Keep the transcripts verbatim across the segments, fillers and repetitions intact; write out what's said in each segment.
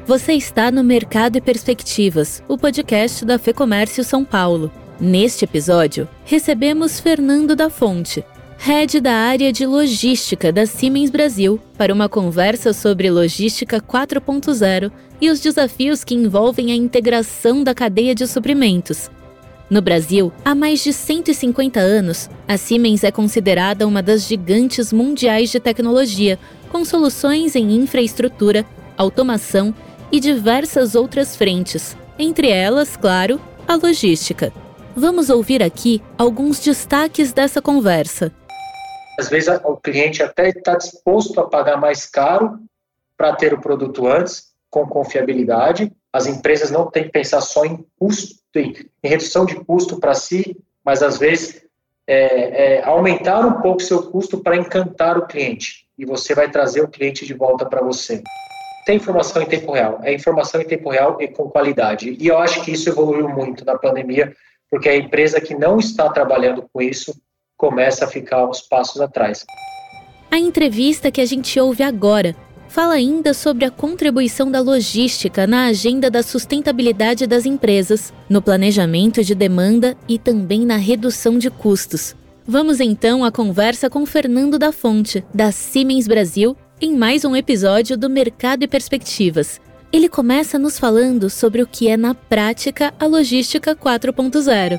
Você está no Mercado e Perspectivas, o podcast da FEComércio São Paulo. Neste episódio, recebemos Fernando da Fonte, Head da área de logística da Siemens Brasil, para uma conversa sobre logística quatro ponto zero e os desafios que envolvem a integração da cadeia de suprimentos. No Brasil, há mais de cento e cinquenta anos, a Siemens é considerada uma das gigantes mundiais de tecnologia, com soluções em infraestrutura, automação e diversas outras frentes, entre elas, claro, a logística. Vamos ouvir aqui alguns destaques dessa conversa. Às vezes o cliente até está disposto a pagar mais caro para ter o produto antes, com confiabilidade. As empresas não têm que pensar só em custo, em redução de custo para si, mas às vezes é, é, aumentar um pouco o seu custo para encantar o cliente. E você vai trazer o cliente de volta para você. Tem informação em tempo real, é informação em tempo real e com qualidade. E eu acho que isso evoluiu muito na pandemia, porque a empresa que não está trabalhando com isso começa a ficar uns passos atrás. A entrevista que a gente ouve agora fala ainda sobre a contribuição da logística na agenda da sustentabilidade das empresas, no planejamento de demanda e também na redução de custos. Vamos então à conversa com Fernando da Fonte, da Siemens Brasil, em mais um episódio do Mercado e Perspectivas. Ele começa nos falando sobre o que é, na prática, a logística quatro ponto zero.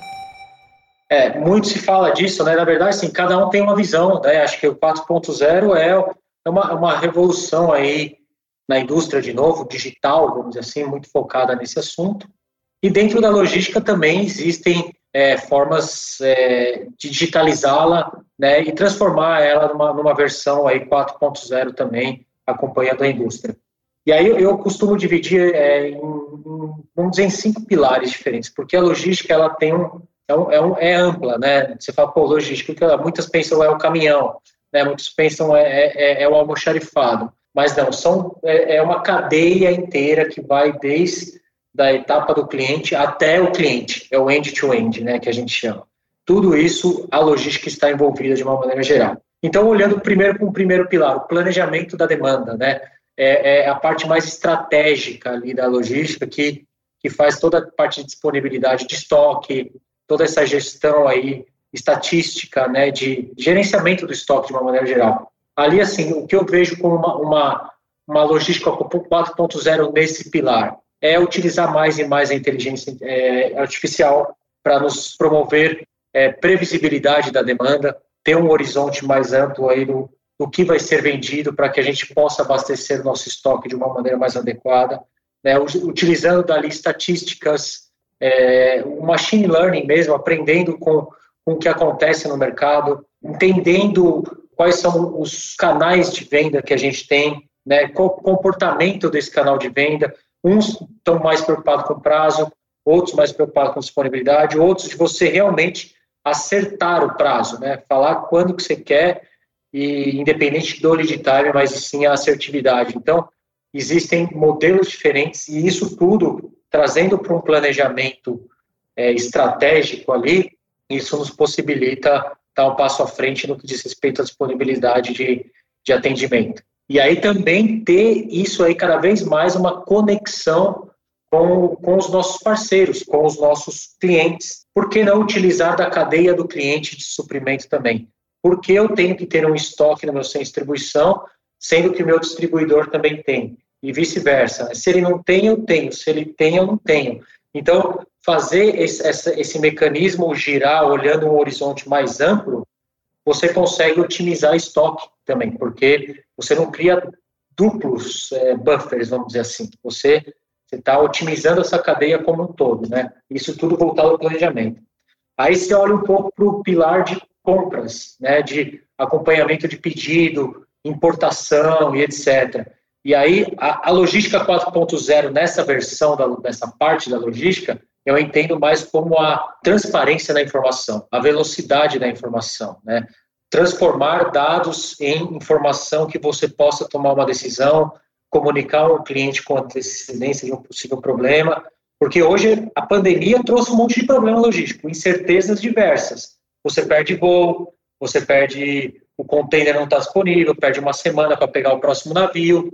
É, muito se fala disso, né? Na verdade, assim, cada um tem uma visão, né? Acho que o quatro ponto zero é uma, uma revolução aí na indústria, de novo, digital, vamos dizer assim, muito focada nesse assunto. E dentro da logística também existem é, formas é, de digitalizá-la, né? E transformar ela numa, numa versão aí quatro ponto zero também, acompanhando a indústria. E aí eu costumo dividir é, em, em, vamos dizer, em cinco pilares diferentes, porque a logística ela tem um É, um, é ampla, né? Você fala, pô, logística, muitas pensam é o caminhão, né? Muitos pensam é, é, é o almoxarifado, mas não, são, é, é uma cadeia inteira que vai desde da etapa do cliente até o cliente, é o end-to-end, né, que a gente chama. Tudo isso, a logística está envolvida de uma maneira geral. Então, olhando primeiro para o primeiro pilar, o planejamento da demanda, né? É, é a parte mais estratégica ali da logística que, que faz toda a parte de disponibilidade de estoque, toda essa gestão aí, estatística, né, de gerenciamento do estoque de uma maneira geral. Ali, assim, o que eu vejo como uma, uma, uma logística quatro ponto zero nesse pilar é utilizar mais e mais a inteligência é, artificial para nos promover é, previsibilidade da demanda, ter um horizonte mais amplo aí do, do que vai ser vendido para que a gente possa abastecer o nosso estoque de uma maneira mais adequada, né, utilizando dali estatísticas, É, o machine learning mesmo, aprendendo com, com o que acontece no mercado, entendendo quais são os canais de venda que a gente tem, né, qual o comportamento desse canal de venda. Uns estão mais preocupados com prazo, outros mais preocupados com disponibilidade, outros de você realmente acertar o prazo, né, falar quando que você quer, e independente do lead time, mas sim a assertividade. Então, existem modelos diferentes e isso tudo trazendo para um planejamento é, estratégico ali, isso nos possibilita dar um passo à frente no que diz respeito à disponibilidade de, de atendimento. E aí também ter isso aí cada vez mais uma conexão com, com os nossos parceiros, com os nossos clientes. Por que não utilizar da cadeia do cliente de suprimento também? Por que eu tenho que ter um estoque no meu centro de distribuição, sendo que o meu distribuidor também tem? E vice-versa. Se ele não tem, eu tenho. Se ele tem, eu não tenho. Então, fazer esse, esse, esse mecanismo girar, olhando um horizonte mais amplo, você consegue otimizar estoque também, porque você não cria duplos é, buffers, vamos dizer assim. Você está otimizando essa cadeia como um todo, né? Isso tudo voltado ao planejamento. Aí você olha um pouco para o pilar de compras, né? De acompanhamento de pedido, importação e etcétera. E aí, a, a logística quatro ponto zero, nessa versão, da, dessa parte da logística, eu entendo mais como a transparência da informação, a velocidade da informação, né? Transformar dados em informação que você possa tomar uma decisão, comunicar ao cliente com antecedência de um possível problema, porque hoje a pandemia trouxe um monte de problema logístico, incertezas diversas. Você perde voo, você perde, o container não está disponível, perde uma semana para pegar o próximo navio.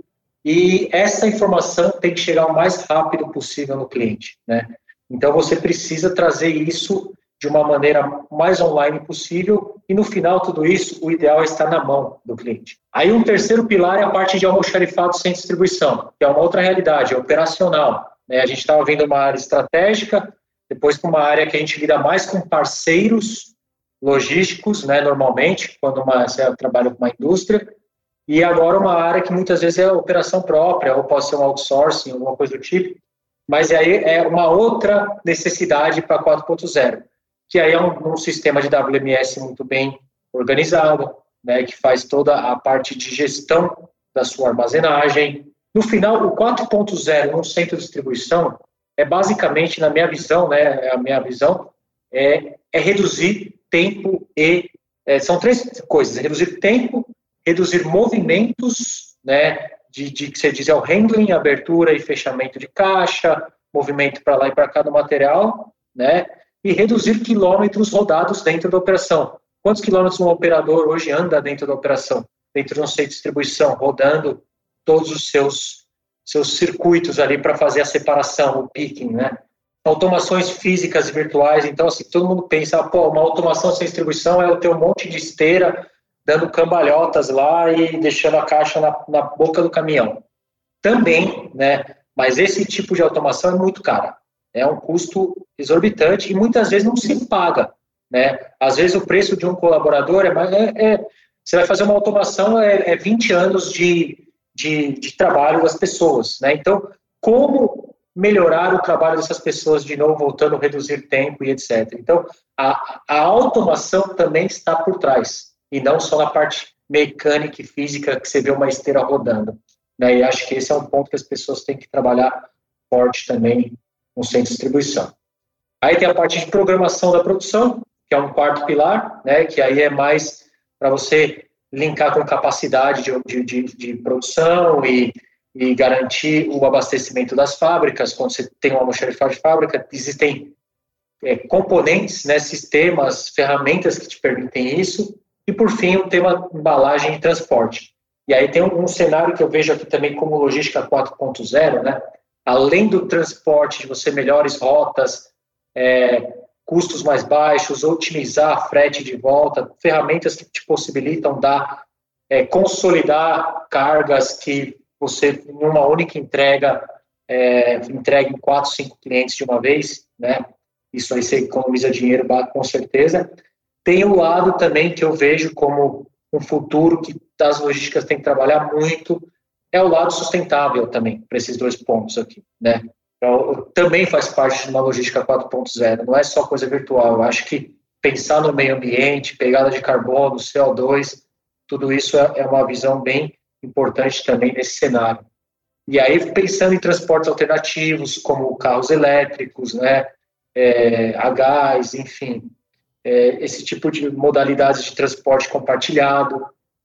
E essa informação tem que chegar o mais rápido possível no cliente, né? Então, você precisa trazer isso de uma maneira mais online possível e, no final, tudo isso, o ideal é estar na mão do cliente. Aí, um terceiro pilar é a parte de almoxarifado sem distribuição, que é uma outra realidade, é operacional, né? A gente estava vendo uma área estratégica, depois para uma área que a gente lida mais com parceiros logísticos, né, normalmente, quando uma, você trabalha com uma indústria, e agora uma área que muitas vezes é a operação própria, ou pode ser um outsourcing, alguma coisa do tipo, mas aí é uma outra necessidade para quatro ponto zero, que aí é um, um sistema de W M S muito bem organizado, né, que faz toda a parte de gestão da sua armazenagem. No final, o quatro ponto zero no centro de distribuição é basicamente, na minha visão, né, a minha visão é, é reduzir tempo e... É, são três coisas, reduzir tempo, reduzir movimentos, né, de, de que você diz é o handling, abertura e fechamento de caixa, movimento para lá e para cá do material, né, e reduzir quilômetros rodados dentro da operação. Quantos quilômetros um operador hoje anda dentro da operação? Dentro de um centro de distribuição, rodando todos os seus, seus circuitos ali para fazer a separação, o picking, né? Automações físicas e virtuais. Então, assim, todo mundo pensa, pô, uma automação sem distribuição é eu ter um monte de esteira dando cambalhotas lá e deixando a caixa na, na boca do caminhão. Também, né? Mas esse tipo de automação é muito cara. É um custo exorbitante e muitas vezes não se paga, né? Às vezes o preço de um colaborador é mais... É, é, você vai fazer uma automação, é, é vinte anos de, de, de trabalho das pessoas, né? Então, como melhorar o trabalho dessas pessoas de novo, voltando a reduzir tempo e etcétera. Então, a, a automação também está por trás, e não só na parte mecânica e física que você vê uma esteira rodando, né? E acho que esse é um ponto que as pessoas têm que trabalhar forte também no centro de distribuição. Aí tem a parte de programação da produção, que é um quarto pilar, né? Que aí é mais para você linkar com capacidade de, de, de produção e, e garantir o abastecimento das fábricas. Quando você tem uma almoxarifado de fábrica, existem é, componentes, né, sistemas, ferramentas que te permitem isso. E, por fim, o tema embalagem e transporte. E aí tem um, um cenário que eu vejo aqui também como logística quatro ponto zero, né? Além do transporte, de você melhores rotas, é, custos mais baixos, otimizar frete de volta, ferramentas que te possibilitam dar, é, consolidar cargas que você, em uma única entrega, é, entrega em quatro, cinco clientes de uma vez, né? Isso aí você economiza dinheiro, com certeza. Tem o lado também que eu vejo como um futuro que as logísticas têm que trabalhar muito, é o lado sustentável também, para esses dois pontos aqui, né? Então, também faz parte de uma logística quatro ponto zero, não é só coisa virtual. Eu acho que pensar no meio ambiente, pegada de carbono, C O dois, tudo isso é, é uma visão bem importante também nesse cenário. E aí, pensando em transportes alternativos, como carros elétricos, né, é, a gás, enfim, é, esse tipo de modalidades de transporte compartilhado,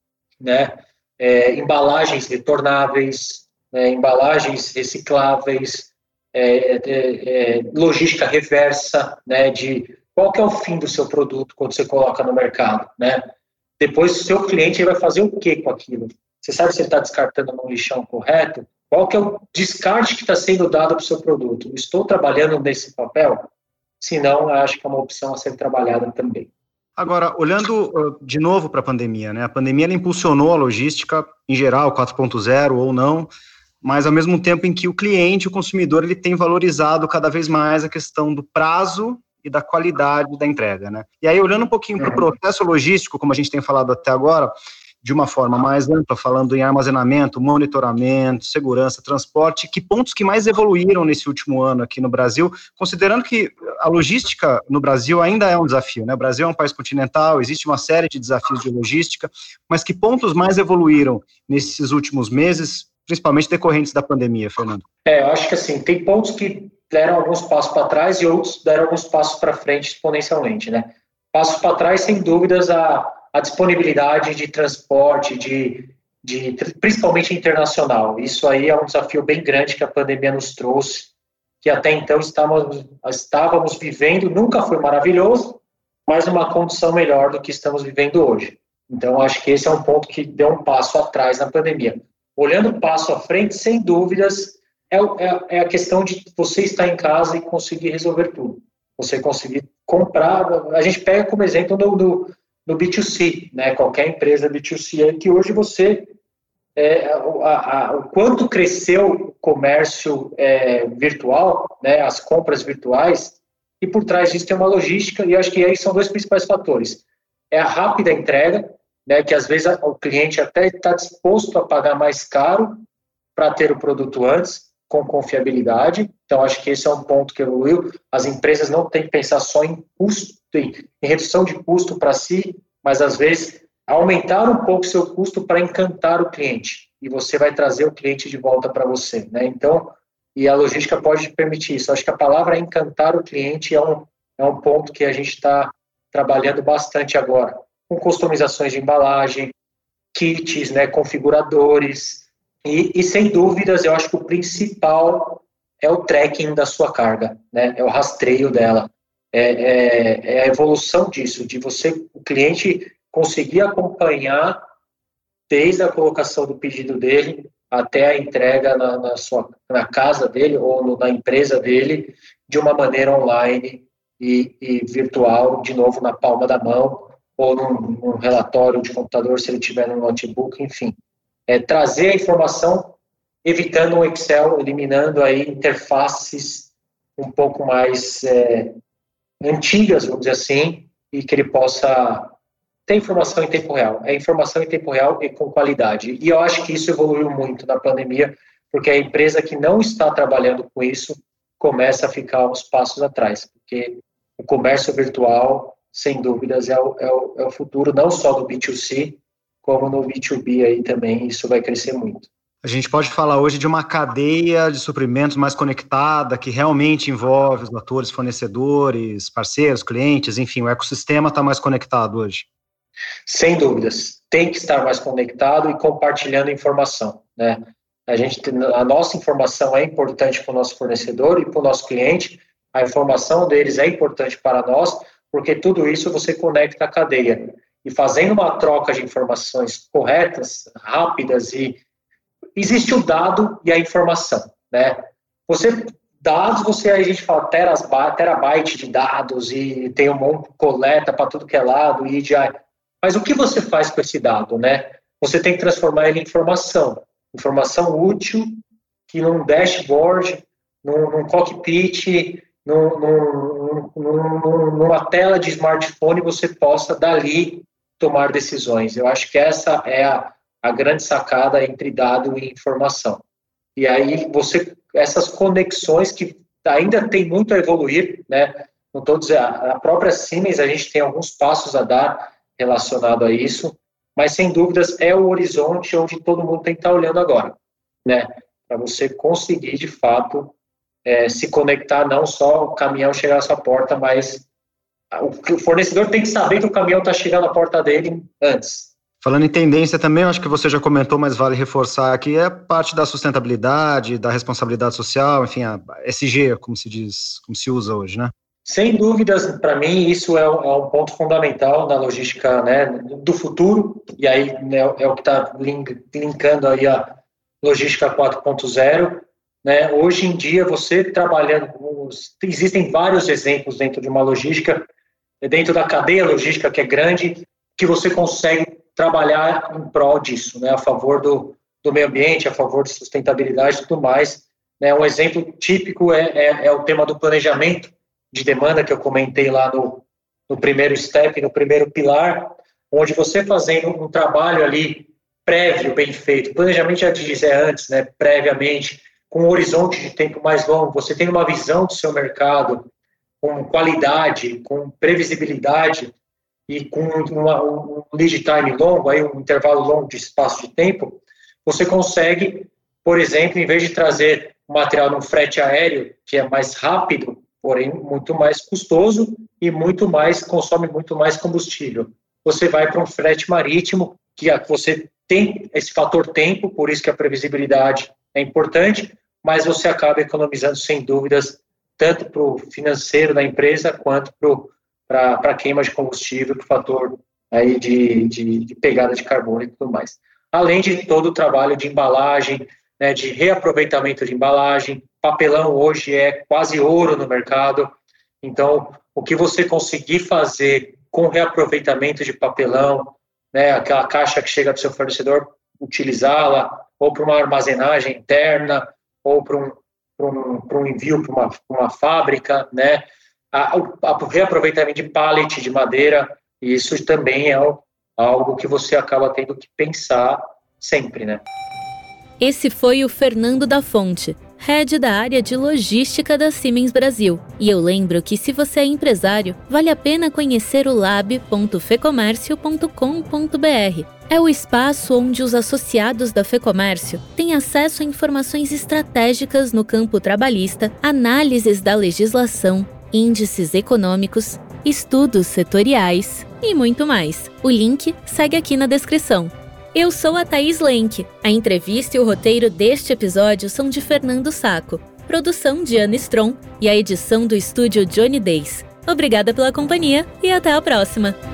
né, é, embalagens retornáveis, né, embalagens recicláveis, É, é, é, logística reversa, né, de qual que é o fim do seu produto quando você coloca no mercado, né? Depois o seu cliente vai fazer o que com aquilo? Você sabe se ele está descartando no lixão correto? Qual que é o descarte que está sendo dado para o seu produto? Estou trabalhando nesse papel? Se não, acho que é uma opção a ser trabalhada também. Agora, olhando de novo para a pandemia, né? A pandemia ela impulsionou a logística em geral, quatro ponto zero ou não, mas ao mesmo tempo em que o cliente, o consumidor, ele tem valorizado cada vez mais a questão do prazo e da qualidade da entrega, né? E aí, olhando um pouquinho para o processo logístico, como a gente tem falado até agora, de uma forma mais ampla, falando em armazenamento, monitoramento, segurança, transporte, que pontos que mais evoluíram nesse último ano aqui no Brasil, considerando que a logística no Brasil ainda é um desafio, né? O Brasil é um país continental, existe uma série de desafios de logística, mas que pontos mais evoluíram nesses últimos meses, principalmente decorrentes da pandemia, Fernando? É, eu acho que assim, tem pontos que deram alguns passos para trás e outros deram alguns passos para frente exponencialmente, né? Passos para trás, sem dúvidas, a, a disponibilidade de transporte, de, de, principalmente internacional. Isso aí é um desafio bem grande que a pandemia nos trouxe, que até então estávamos, estávamos vivendo, nunca foi maravilhoso, mas numa condição melhor do que estamos vivendo hoje. Então, acho que esse é um ponto que deu um passo atrás na pandemia. olhando passo à frente, sem dúvidas, é, é, é a questão de você estar em casa e conseguir resolver tudo. Você conseguir comprar, a gente pega como exemplo no, no, no B dois C, né? Qualquer empresa B dois C, é que hoje você, é, a, a, o quanto cresceu o comércio é, virtual, né? As compras virtuais, e por trás disso tem uma logística, e acho que aí são dois principais fatores. É a rápida entrega, né? Que às vezes o cliente até está disposto a pagar mais caro para ter o produto antes, com confiabilidade. Então, acho que esse é um ponto que evoluiu. As empresas não têm que pensar só em custo, em, em redução de custo para si, mas, às vezes, aumentar um pouco o seu custo para encantar o cliente. E você vai trazer o cliente de volta para você, né? Então, e a logística pode permitir isso. Acho que a palavra encantar o cliente é um, é um ponto que a gente está trabalhando bastante agora, com customizações de embalagem, kits, né, configuradores. E, e, sem dúvidas, eu acho que o principal é o tracking da sua carga, né? É o rastreio dela. É, é, é a evolução disso, de você, o cliente, conseguir acompanhar desde a colocação do pedido dele até a entrega na, na, sua, na casa dele ou no, na empresa dele, de uma maneira online e, e virtual, de novo, na palma da mão, ou num, num relatório de computador, se ele tiver no notebook, enfim. É, trazer a informação, evitando o Excel, eliminando aí interfaces um pouco mais é, antigas, vamos dizer assim, e que ele possa ter informação em tempo real. É informação em tempo real e com qualidade. E eu acho que isso evoluiu muito na pandemia, porque a empresa que não está trabalhando com isso começa a ficar uns passos atrás, porque o comércio virtual, sem dúvidas, é o, é o, é o futuro, não só do B dois C, como no B dois B aí também, isso vai crescer muito. A gente pode falar hoje de uma cadeia de suprimentos mais conectada, que realmente envolve os atores, fornecedores, parceiros, clientes, enfim, o ecossistema está mais conectado hoje. Sem dúvidas, tem que estar mais conectado e compartilhando informação, né? A, gente, a nossa informação é importante para o nosso fornecedor e para o nosso cliente, a informação deles é importante para nós, porque tudo isso você conecta a cadeia. E fazendo uma troca de informações corretas, rápidas, e existe o dado e a informação, né? Você, dados, você, a gente fala teras, terabyte de dados e tem um monte de coleta para tudo que é lado, e já, mas o que você faz com esse dado, né? Você tem que transformar ele em informação, informação útil, que num dashboard, num, num cockpit, num, num, num, numa tela de smartphone, você possa dali tomar decisões. Eu acho que essa é a, a grande sacada entre dado e informação. E aí, você, essas conexões que ainda tem muito a evoluir, né? Não estou dizendo, a própria Siemens, a gente tem alguns passos a dar relacionado a isso, mas, sem dúvidas, é o horizonte onde todo mundo tem que estar olhando agora, né? Para você conseguir, de fato, é, se conectar, não só o caminhão chegar à sua porta, mas o fornecedor tem que saber que o caminhão está chegando à porta dele antes. Falando em tendência também, acho que você já comentou, mas vale reforçar aqui, é parte da sustentabilidade, da responsabilidade social, enfim, a S G, como se diz, como se usa hoje, né? Sem dúvidas, para mim, isso é um, é um ponto fundamental na logística, né, do futuro, e aí, né, é o que está link, linkando aí a logística quatro ponto zero, né? Hoje em dia, você trabalhando, existem vários exemplos dentro de uma logística, dentro da cadeia logística, que é grande, que você consegue trabalhar em prol disso, né, a favor do, do meio ambiente, a favor de sustentabilidade e tudo mais, né? Um exemplo típico é, é, é o tema do planejamento de demanda, que eu comentei lá no, no primeiro step, no primeiro pilar, onde você fazendo um trabalho ali prévio, bem feito, planejamento já diz, é antes, né, previamente, com um horizonte de tempo mais longo, você tem uma visão do seu mercado, com qualidade, com previsibilidade e com uma, um lead time longo, aí um intervalo longo de espaço de tempo, você consegue, por exemplo, em vez de trazer o material num frete aéreo, que é mais rápido, porém muito mais custoso e muito mais, consome muito mais combustível, você vai para um frete marítimo, que você tem esse fator tempo, por isso que a previsibilidade é importante, mas você acaba economizando, sem dúvidas, tanto para o financeiro da empresa, quanto para a queima de combustível, para o fator aí de, de, de pegada de carbono e tudo mais. além de todo o trabalho de embalagem, né, de reaproveitamento de embalagem. Papelão hoje é quase ouro no mercado, então o que você conseguir fazer com reaproveitamento de papelão, né, aquela caixa que chega do seu fornecedor, utilizá-la, ou para uma armazenagem interna, ou para um, para um, para um envio para uma, uma fábrica, né, a, a, o reaproveitamento de pallet de madeira, isso também é algo que você acaba tendo que pensar sempre, né. Esse foi o Fernando da Fonte, head da área de logística da Siemens Brasil. E eu lembro que se você é empresário, vale a pena conhecer o lab ponto fecomércio ponto com ponto b r. É o espaço onde os associados da Fecomércio têm acesso a informações estratégicas no campo trabalhista, análises da legislação, índices econômicos, estudos setoriais e muito mais. O link segue aqui na descrição. Eu sou a Thaís Lenk. A entrevista e o roteiro deste episódio são de Fernando Saco, produção de Ana Strom e a edição do estúdio Johnny Days. Obrigada pela companhia e até a próxima!